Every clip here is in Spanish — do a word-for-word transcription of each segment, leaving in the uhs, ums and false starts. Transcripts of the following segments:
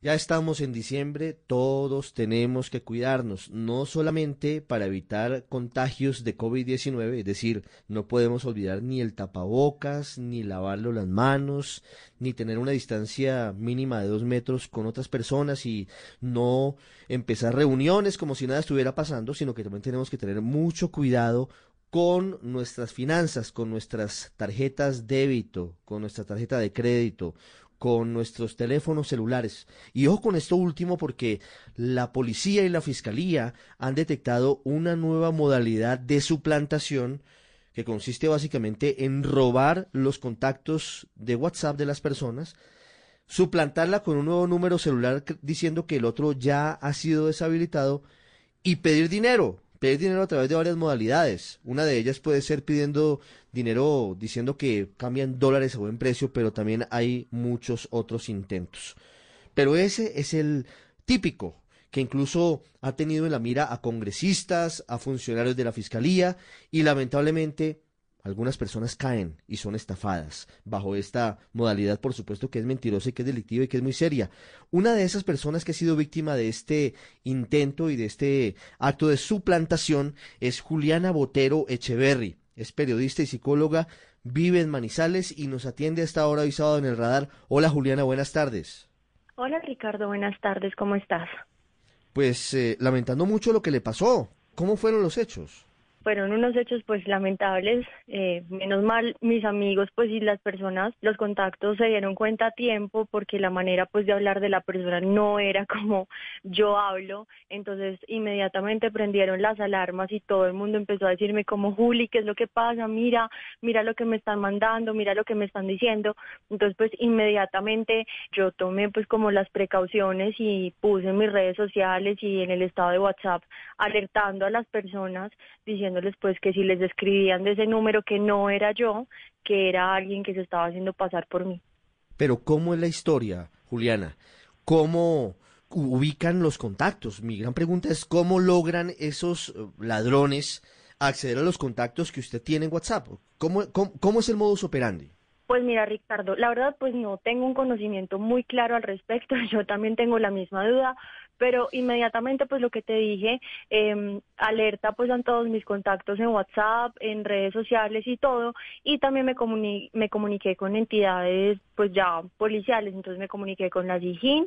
Ya estamos en diciembre, todos tenemos que cuidarnos, no solamente para evitar contagios de COVID diecinueve, es decir, no podemos olvidar ni el tapabocas, ni lavarlo las manos, ni tener una distancia mínima de dos metros con otras personas y no empezar reuniones como si nada estuviera pasando, sino que también tenemos que tener mucho cuidado con nuestras finanzas, con nuestras tarjetas débito, con nuestra tarjeta de crédito, con nuestros teléfonos celulares. Y ojo con esto último porque la policía y la fiscalía han detectado una nueva modalidad de suplantación que consiste básicamente en robar los contactos de WhatsApp de las personas, suplantarla con un nuevo número celular diciendo que el otro ya ha sido deshabilitado y pedir dinero, pedir dinero a través de varias modalidades. Una de ellas puede ser pidiendo dinero diciendo que cambian dólares a buen precio, pero también hay muchos otros intentos. Pero ese es el típico, que incluso ha tenido en la mira a congresistas, a funcionarios de la fiscalía y lamentablemente algunas personas caen y son estafadas bajo esta modalidad, por supuesto que es mentirosa y que es delictiva y que es muy seria. Una de esas personas que ha sido víctima de este intento y de este acto de suplantación es Juliana Botero Echeverry. Es periodista y psicóloga, vive en Manizales y nos atiende a esta hora hoy sábado en el radar. Hola Juliana, buenas tardes. Hola Ricardo, buenas tardes, ¿cómo estás? Pues eh, lamentando mucho lo que le pasó. ¿Cómo fueron los hechos? Fueron unos hechos pues lamentables, eh, menos mal mis amigos pues y las personas, los contactos se dieron cuenta a tiempo porque la manera pues de hablar de la persona no era como yo hablo, entonces inmediatamente prendieron las alarmas y todo el mundo empezó a decirme como Juli, ¿qué es lo que pasa? Mira, mira lo que me están mandando, mira lo que me están diciendo, entonces pues inmediatamente yo tomé pues como las precauciones y puse en mis redes sociales y en el estado de WhatsApp alertando a las personas diciendo diciéndoles pues que si les escribían de ese número que no era yo, que era alguien que se estaba haciendo pasar por mí. Pero ¿cómo es la historia, Juliana? ¿Cómo ubican los contactos? Mi gran pregunta es ¿cómo logran esos eh, ladrones acceder a los contactos que usted tiene en WhatsApp? ¿Cómo, cómo, cómo es el modus operandi? Pues mira, Ricardo, la verdad pues no tengo un conocimiento muy claro al respecto, yo también tengo la misma duda, pero inmediatamente pues lo que te dije, eh, alerta pues a todos mis contactos en WhatsApp, en redes sociales y todo, y también me, comuni me comuniqué con entidades pues ya policiales, entonces me comuniqué con la Dijín,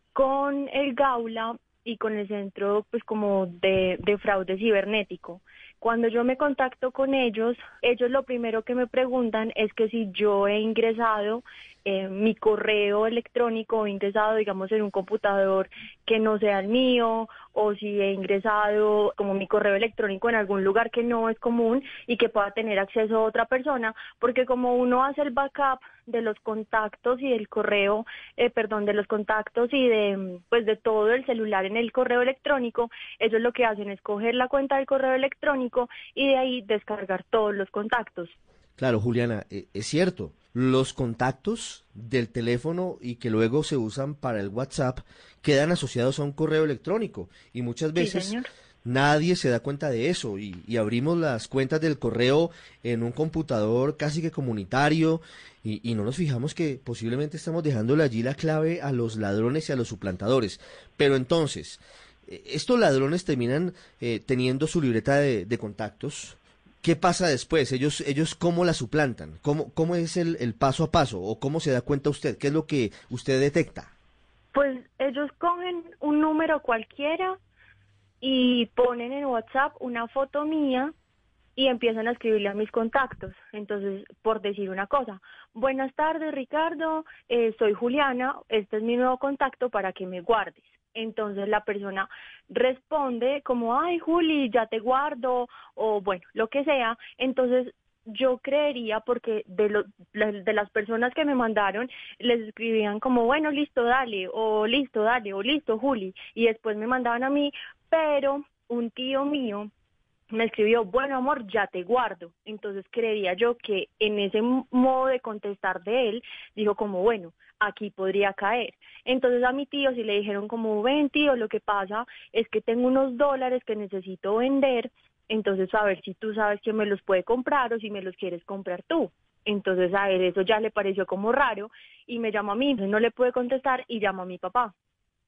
con el Gaula y con el centro pues como de, de fraude cibernético. Cuando yo me contacto con ellos, ellos lo primero que me preguntan es que si yo he ingresado eh, mi correo electrónico, he ingresado, digamos, en un computador que no sea el mío, o si he ingresado como mi correo electrónico en algún lugar que no es común y que pueda tener acceso a otra persona, porque como uno hace el backup de los contactos y del correo, eh, perdón, de los contactos y de, pues, de todo el celular en el correo electrónico, ellos lo que hacen es coger la cuenta del correo electrónico y de ahí descargar todos los contactos. Claro, Juliana, eh, es cierto. Los contactos del teléfono y que luego se usan para el WhatsApp quedan asociados a un correo electrónico y muchas Sí, veces señor. nadie se da cuenta de eso y, y abrimos las cuentas del correo en un computador casi que comunitario y, y no nos fijamos que posiblemente estamos dejándole allí la clave a los ladrones y a los suplantadores. Pero entonces, eh, estos ladrones terminan eh, teniendo su libreta de, de contactos. ¿Qué pasa después? Ellos, ellos cómo la suplantan, cómo, cómo es el, el paso a paso o cómo se da cuenta usted, qué es lo que usted detecta. Pues ellos cogen un número cualquiera y ponen en WhatsApp una foto mía y empiezan a escribirle a mis contactos. Entonces, por decir una cosa, buenas tardes Ricardo, eh, soy Juliana, este es mi nuevo contacto para que me guardes. Entonces la persona responde como, ay Juli, ya te guardo, o bueno, lo que sea. Entonces yo creería, porque de, lo, de las personas que me mandaron, les escribían como, bueno, listo, dale, o listo, dale, o listo, Juli, y después me mandaban a mí, pero un tío mío me escribió, bueno amor, ya te guardo. Entonces creería yo que en ese modo de contestar de él, dijo como, bueno, aquí podría caer. Entonces a mi tío sí le dijeron como, ven tío, lo que pasa es que tengo unos dólares que necesito vender, entonces a ver si tú sabes quién me los puede comprar o si me los quieres comprar tú. Entonces a él eso ya le pareció como raro y me llamó a mí, entonces no le pude contestar y llamó a mi papá.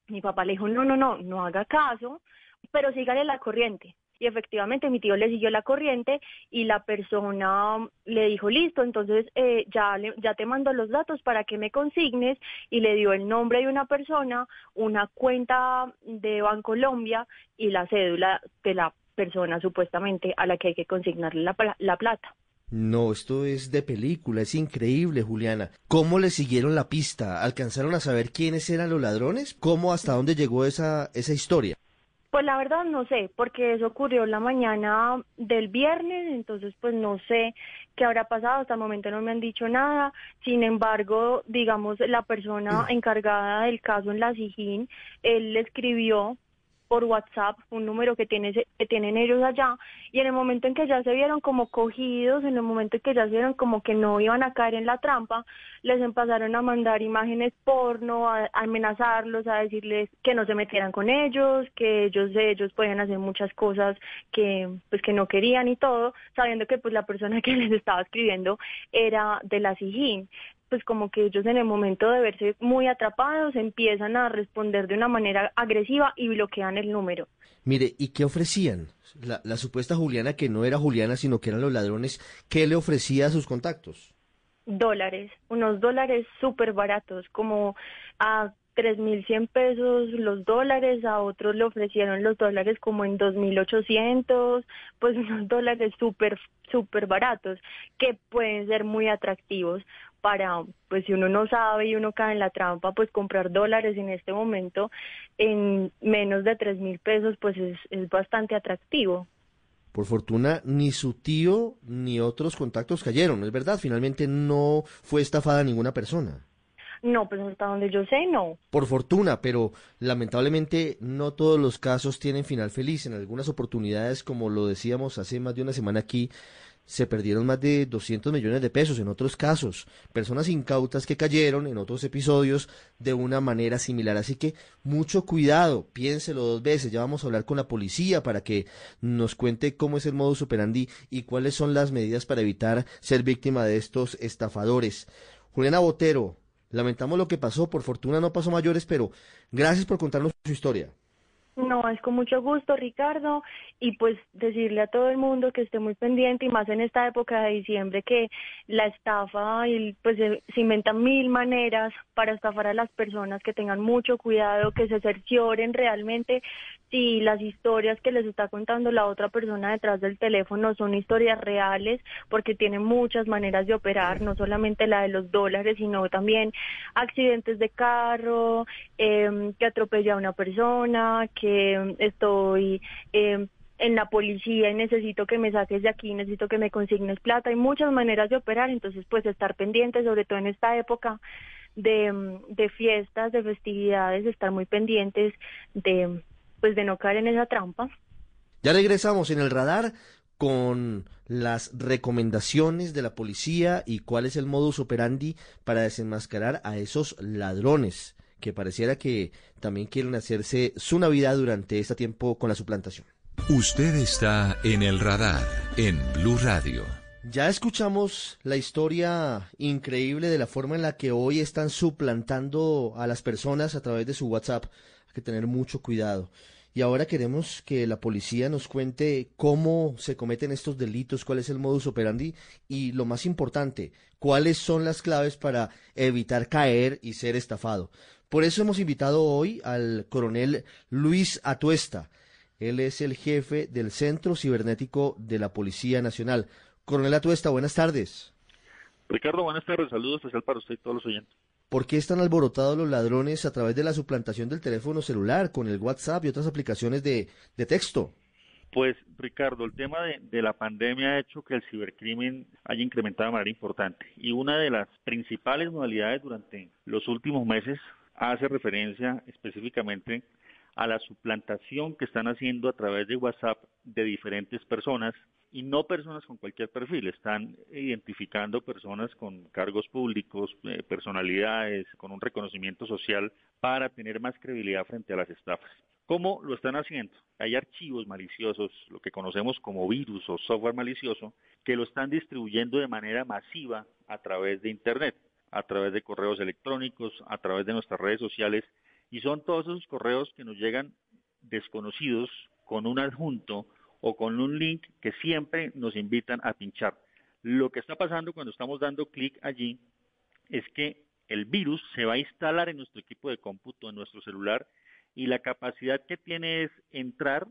Mi papá le dijo, no, no, no, no haga caso, pero sígale la corriente. Y efectivamente mi tío le siguió la corriente y la persona le dijo, listo, entonces eh, ya, le, ya te mando los datos para que me consignes, y le dio el nombre de una persona, una cuenta de Bancolombia y la cédula de la persona supuestamente a la que hay que consignarle la, pla- la plata. No, esto es de película, es increíble, Juliana. ¿Cómo le siguieron la pista? ¿Alcanzaron a saber quiénes eran los ladrones? ¿Cómo, hasta dónde llegó esa, esa historia? Pues la verdad no sé, porque eso ocurrió la mañana del viernes, entonces pues no sé qué habrá pasado, hasta el momento no me han dicho nada. Sin embargo, digamos, la persona encargada del caso en la SIJIN, él le escribió por WhatsApp un número que, tiene, que tienen ellos allá, y en el momento en que ya se vieron como cogidos, en el momento en que ya se vieron como que no iban a caer en la trampa, les empezaron a mandar imágenes porno, a, a amenazarlos, a decirles que no se metieran con ellos, que ellos ellos podían hacer muchas cosas que pues que no querían y todo, sabiendo que pues la persona que les estaba escribiendo era de la SIJIN. Pues como que ellos en el momento de verse muy atrapados empiezan a responder de una manera agresiva y bloquean el número. Mire, ¿y qué ofrecían? La, la supuesta Juliana, que no era Juliana, sino que eran los ladrones, ¿qué le ofrecía a sus contactos? Dólares, unos dólares súper baratos, como a tres mil cien pesos los dólares, a otros le ofrecieron los dólares como en dos mil ochocientos, pues unos dólares súper, súper baratos, que pueden ser muy atractivos para, pues si uno no sabe y uno cae en la trampa, pues comprar dólares en este momento en menos de tres mil pesos, pues es, es bastante atractivo. Por fortuna, ni su tío ni otros contactos cayeron, es verdad, finalmente no fue estafada ninguna persona. No, pues hasta donde yo sé, no. Por fortuna, pero lamentablemente no todos los casos tienen final feliz. En algunas oportunidades, como lo decíamos hace más de una semana aquí, se perdieron más de doscientos millones de pesos. En otros casos, personas incautas que cayeron en otros episodios de una manera similar. Así que mucho cuidado, piénselo dos veces. Ya vamos a hablar con la policía para que nos cuente cómo es el modus operandi y cuáles son las medidas para evitar ser víctima de estos estafadores. Juliana Botero, lamentamos lo que pasó, por fortuna no pasó mayores, pero gracias por contarnos su historia. No, es con mucho gusto, Ricardo, y pues decirle a todo el mundo que esté muy pendiente, y más en esta época de diciembre, que la estafa, y pues se, se inventan mil maneras para estafar a las personas, que tengan mucho cuidado, que se cercioren realmente si las historias que les está contando la otra persona detrás del teléfono son historias reales, porque tienen muchas maneras de operar, no solamente la de los dólares, sino también accidentes de carro, eh, que atropellé a una persona, que estoy eh, en la policía y necesito que me saques de aquí, necesito que me consignes plata. Hay muchas maneras de operar, entonces pues estar pendientes, sobre todo en esta época de, de fiestas, de festividades, estar muy pendientes de pues de no caer en esa trampa. Ya regresamos en el radar con las recomendaciones de la policía y cuál es el modus operandi para desenmascarar a esos ladrones que pareciera que también quieren hacerse su Navidad durante este tiempo con la suplantación. Usted está en el radar en Blue Radio. Ya escuchamos la historia increíble de la forma en la que hoy están suplantando a las personas a través de su WhatsApp. Hay que tener mucho cuidado. Y ahora queremos que la policía nos cuente cómo se cometen estos delitos, cuál es el modus operandi y, lo más importante, cuáles son las claves para evitar caer y ser estafado. Por eso hemos invitado hoy al coronel Luis Atuesta. Él es el jefe del Centro Cibernético de la Policía Nacional. Coronel Atuesta, buenas tardes. Ricardo, buenas tardes. Saludos especial para usted y todos los oyentes. ¿Por qué están alborotados los ladrones a través de la suplantación del teléfono celular con el WhatsApp y otras aplicaciones de, de texto? Pues, Ricardo, el tema de, de la pandemia ha hecho que el cibercrimen haya incrementado de manera importante. Y una de las principales modalidades durante los últimos meses hace referencia específicamente a la suplantación que están haciendo a través de WhatsApp de diferentes personas, y no personas con cualquier perfil. Están identificando personas con cargos públicos, eh, personalidades, con un reconocimiento social, para tener más credibilidad frente a las estafas. ¿Cómo lo están haciendo? Hay archivos maliciosos, lo que conocemos como virus o software malicioso, que lo están distribuyendo de manera masiva a través de Internet, a través de correos electrónicos, a través de nuestras redes sociales, Y son todos esos correos que nos llegan desconocidos con un adjunto o con un link que siempre nos invitan a pinchar. Lo que está pasando cuando estamos dando clic allí es que el virus se va a instalar en nuestro equipo de cómputo, en nuestro celular, y la capacidad que tiene es entrar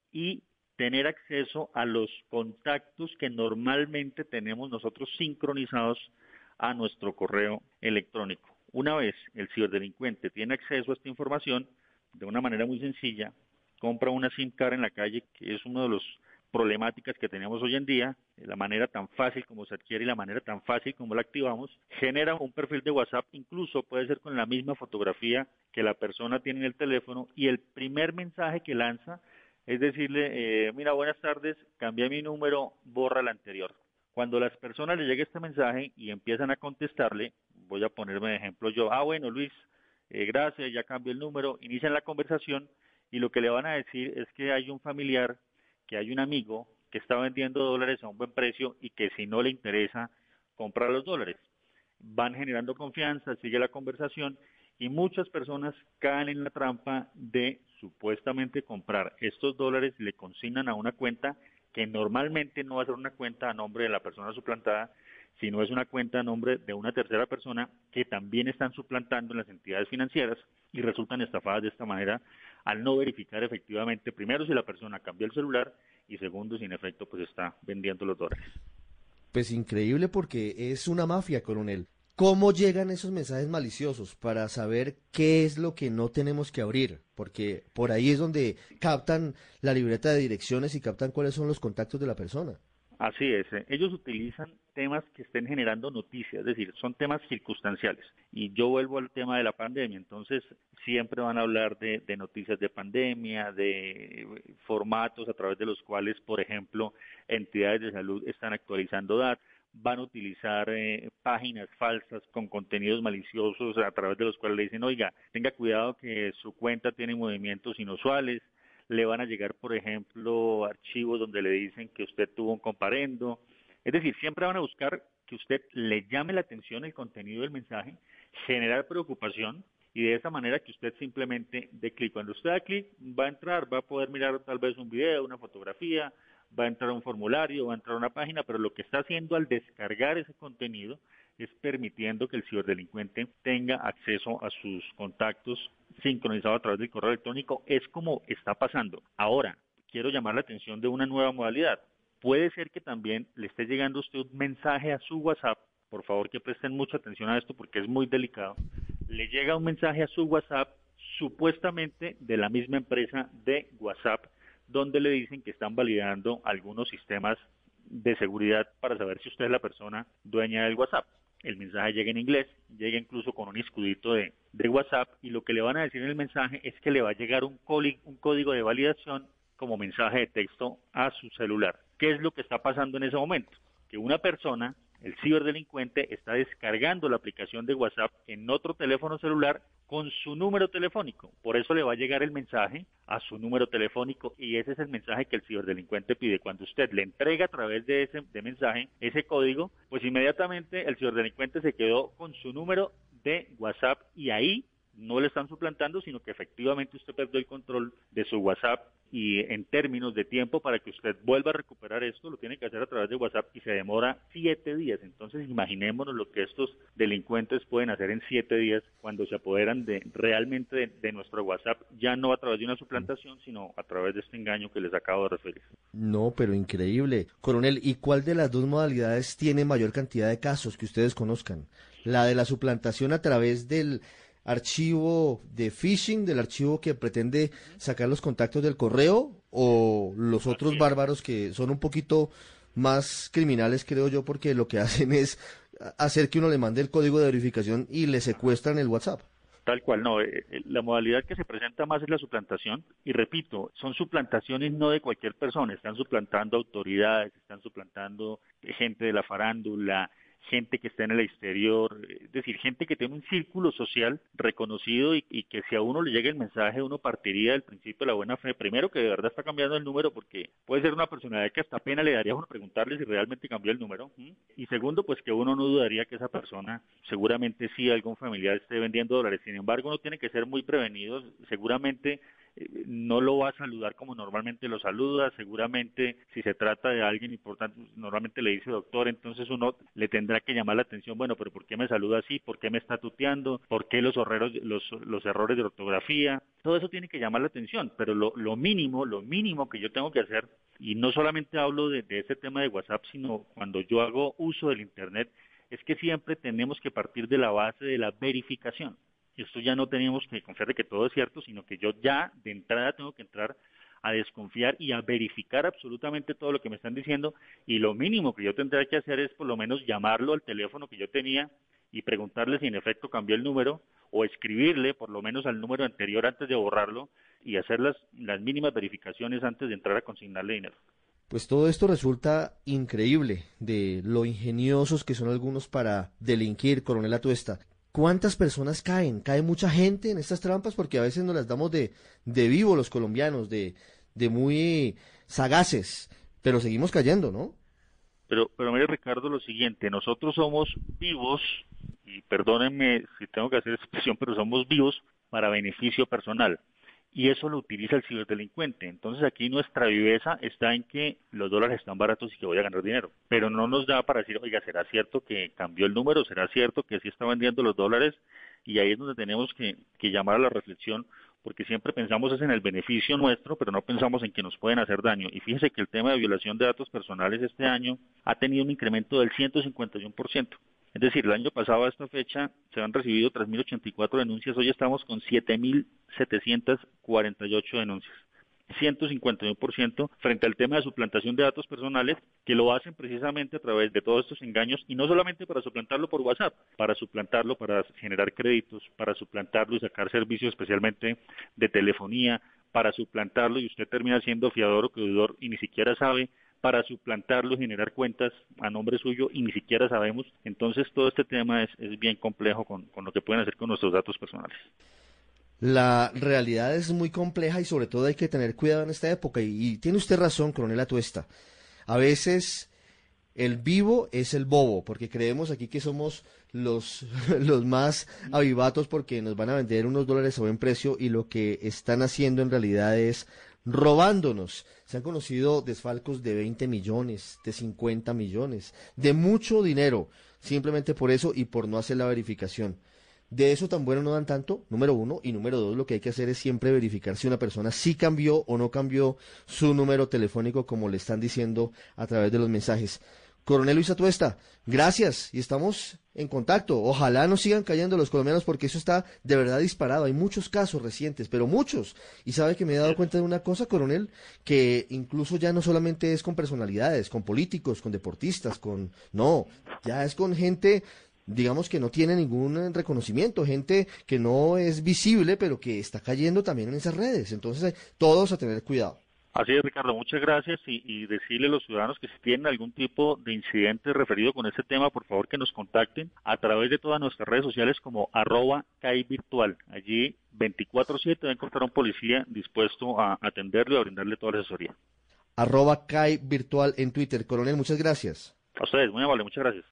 y tener acceso a los contactos que normalmente tenemos nosotros sincronizados a nuestro correo electrónico. Una vez el ciberdelincuente tiene acceso a esta información, de una manera muy sencilla, compra una SIM card en la calle, que es una de las problemáticas que tenemos hoy en día, la manera tan fácil como se adquiere y la manera tan fácil como la activamos, genera un perfil de WhatsApp, incluso puede ser con la misma fotografía que la persona tiene en el teléfono, y el primer mensaje que lanza es decirle, eh, mira, buenas tardes, cambié mi número, borra el anterior. Cuando a las personas les llegue este mensaje y empiezan a contestarle, voy a ponerme de ejemplo yo, ah, bueno, Luis, eh, gracias, ya cambié el número, inician la conversación y lo que le van a decir es que hay un familiar, que hay un amigo que está vendiendo dólares a un buen precio y que si no le interesa comprar los dólares. Van generando confianza, sigue la conversación y muchas personas caen en la trampa de supuestamente comprar estos dólares y le consignan a una cuenta que normalmente no va a ser una cuenta a nombre de la persona suplantada, sino es una cuenta a nombre de una tercera persona que también están suplantando en las entidades financieras y resultan estafadas de esta manera al no verificar efectivamente, primero, si la persona cambió el celular y segundo, si en efecto pues está vendiendo los dólares. Pues increíble porque es una mafia, coronel. ¿Cómo llegan esos mensajes maliciosos para saber qué es lo que no tenemos que abrir? Porque por ahí es donde captan la libreta de direcciones y captan cuáles son los contactos de la persona. Así es, eh, ellos utilizan temas que estén generando noticias, es decir, son temas circunstanciales. Y yo vuelvo al tema de la pandemia, entonces siempre van a hablar de, de noticias de pandemia, de formatos a través de los cuales, por ejemplo, entidades de salud están actualizando datos, van a utilizar eh, páginas falsas con contenidos maliciosos a través de los cuales le dicen, oiga, tenga cuidado que su cuenta tiene movimientos inusuales. Le van a llegar, por ejemplo, archivos donde le dicen que usted tuvo un comparendo. Es decir, siempre van a buscar que usted le llame la atención el contenido del mensaje, generar preocupación y de esa manera que usted simplemente dé clic. Cuando usted da clic, va a entrar, va a poder mirar tal vez un video, una fotografía, va a entrar a un formulario, va a entrar a una página, pero lo que está haciendo al descargar ese contenido es permitiendo que el ciberdelincuente tenga acceso a sus contactos sincronizados a través del correo electrónico. Es como está pasando. Ahora, quiero llamar la atención de una nueva modalidad. Puede ser que también le esté llegando a usted un mensaje a su WhatsApp. Por favor, que presten mucha atención a esto porque es muy delicado. Le llega un mensaje a su WhatsApp supuestamente de la misma empresa de WhatsApp, donde le dicen que están validando algunos sistemas de seguridad para saber si usted es la persona dueña del WhatsApp. El mensaje llega en inglés, llega incluso con un escudito de, de WhatsApp y lo que le van a decir en el mensaje es que le va a llegar un, coli, un código de validación como mensaje de texto a su celular. ¿Qué es lo que está pasando en ese momento? Que una persona, el ciberdelincuente, está descargando la aplicación de WhatsApp en otro teléfono celular con su número telefónico. Por eso le va a llegar el mensaje a su número telefónico y ese es el mensaje que el ciberdelincuente pide. Cuando usted le entrega a través de ese de mensaje ese código, pues inmediatamente el ciberdelincuente se quedó con su número de WhatsApp y ahí no le están suplantando, sino que efectivamente usted perdió el control de su WhatsApp y en términos de tiempo para que usted vuelva a recuperar esto, lo tiene que hacer a través de WhatsApp y se demora siete días. Entonces imaginémonos lo que estos delincuentes pueden hacer en siete días cuando se apoderan de realmente de, de nuestro WhatsApp, ya no a través de una suplantación, sino a través de este engaño que les acabo de referir. No, pero increíble. Coronel, ¿y cuál de las dos modalidades tiene mayor cantidad de casos que ustedes conozcan? ¿La de la suplantación a través del archivo de phishing, del archivo que pretende sacar los contactos del correo, o los otros bárbaros que son un poquito más criminales, creo yo, porque lo que hacen es hacer que uno le mande el código de verificación y le secuestran el WhatsApp? Tal cual, no, eh, la modalidad que se presenta más es la suplantación, y repito, son suplantaciones no de cualquier persona, están suplantando autoridades, están suplantando gente de la farándula, gente que está en el exterior, es decir, gente que tiene un círculo social reconocido y, y que si a uno le llega el mensaje, uno partiría del principio de la buena fe. Primero, que de verdad está cambiando el número, porque puede ser una personalidad que hasta pena le daría a uno preguntarle si realmente cambió el número. ¿Mm? Y segundo, pues que uno no dudaría que esa persona seguramente sí algún familiar esté vendiendo dólares. Sin embargo, uno tiene que ser muy prevenido. Seguramente no lo va a saludar como normalmente lo saluda, seguramente si se trata de alguien importante, normalmente le dice doctor, entonces uno le tendrá que llamar la atención, bueno, pero ¿por qué me saluda así? ¿Por qué me está tuteando? ¿Por qué los errores, los, los errores de ortografía? Todo eso tiene que llamar la atención, pero lo, lo mínimo, lo mínimo que yo tengo que hacer, y no solamente hablo de, de ese tema de WhatsApp, sino cuando yo hago uso del Internet, es que siempre tenemos que partir de la base de la verificación. Esto ya no tenemos que confiar de que todo es cierto, sino que yo ya de entrada tengo que entrar a desconfiar y a verificar absolutamente todo lo que me están diciendo, y lo mínimo que yo tendré que hacer es por lo menos llamarlo al teléfono que yo tenía y preguntarle si en efecto cambió el número, o escribirle por lo menos al número anterior antes de borrarlo y hacer las, las mínimas verificaciones antes de entrar a consignarle dinero. Pues todo esto resulta increíble de lo ingeniosos que son algunos para delinquir, coronel Atuesta. ¿Cuántas personas caen? ¿Cae mucha gente en estas trampas? Porque a veces nos las damos de, de vivo los colombianos, de, de muy sagaces, pero seguimos cayendo, ¿no? Pero, pero mire, Ricardo, lo siguiente, nosotros somos vivos, y perdónenme si tengo que hacer expresión, pero somos vivos para beneficio personal. Y eso lo utiliza el ciberdelincuente. Entonces aquí nuestra viveza está en que los dólares están baratos y que voy a ganar dinero. Pero no nos da para decir, oiga, ¿será cierto que cambió el número? ¿Será cierto que sí está vendiendo los dólares? Y ahí es donde tenemos que, que llamar a la reflexión, porque siempre pensamos es en el beneficio nuestro, pero no pensamos en que nos pueden hacer daño. Y fíjese que el tema de violación de datos personales este año ha tenido un incremento del ciento cincuenta y uno por ciento. Es decir, el año pasado a esta fecha se han recibido tres mil ochenta y cuatro denuncias, hoy estamos con siete mil setecientas cuarenta y ocho denuncias. ciento cincuenta y uno por ciento frente al tema de suplantación de datos personales, que lo hacen precisamente a través de todos estos engaños, y no solamente para suplantarlo por WhatsApp, para suplantarlo para generar créditos, para suplantarlo y sacar servicios especialmente de telefonía, para suplantarlo y usted termina siendo fiador o deudor y ni siquiera sabe, para suplantarlo y generar cuentas a nombre suyo y ni siquiera sabemos. Entonces todo este tema es, es bien complejo con, con lo que pueden hacer con nuestros datos personales. La realidad es muy compleja y sobre todo hay que tener cuidado en esta época. Y, y tiene usted razón, coronel Atuesta. A veces el vivo es el bobo, porque creemos aquí que somos los, los más avivatos porque nos van a vender unos dólares a buen precio, y lo que están haciendo en realidad es robándonos. Se han conocido desfalcos de veinte millones, de cincuenta millones, de mucho dinero, simplemente por eso y por no hacer la verificación. De eso tan bueno no dan tanto, número uno, y número dos, lo que hay que hacer es siempre verificar si una persona sí cambió o no cambió su número telefónico, como le están diciendo a través de los mensajes. Coronel Luis Atuesta, gracias, y estamos en contacto. Ojalá no sigan cayendo los colombianos, porque eso está de verdad disparado. Hay muchos casos recientes, pero muchos. Y sabe que me he dado cuenta de una cosa, coronel, que incluso ya no solamente es con personalidades, con políticos, con deportistas, con... No, ya es con gente, digamos, que no tiene ningún reconocimiento, gente que no es visible, pero que está cayendo también en esas redes. Entonces, todos a tener cuidado. Así es, Ricardo, muchas gracias, y, y decirle a los ciudadanos que si tienen algún tipo de incidente referido con este tema, por favor que nos contacten a través de todas nuestras redes sociales como arroba CAI Virtual. Allí veinticuatro siete va a encontrar a un policía dispuesto a atenderlo y a brindarle toda la asesoría. Arroba CAI Virtual en Twitter. Coronel, muchas gracias. A ustedes, muy amable, muchas gracias.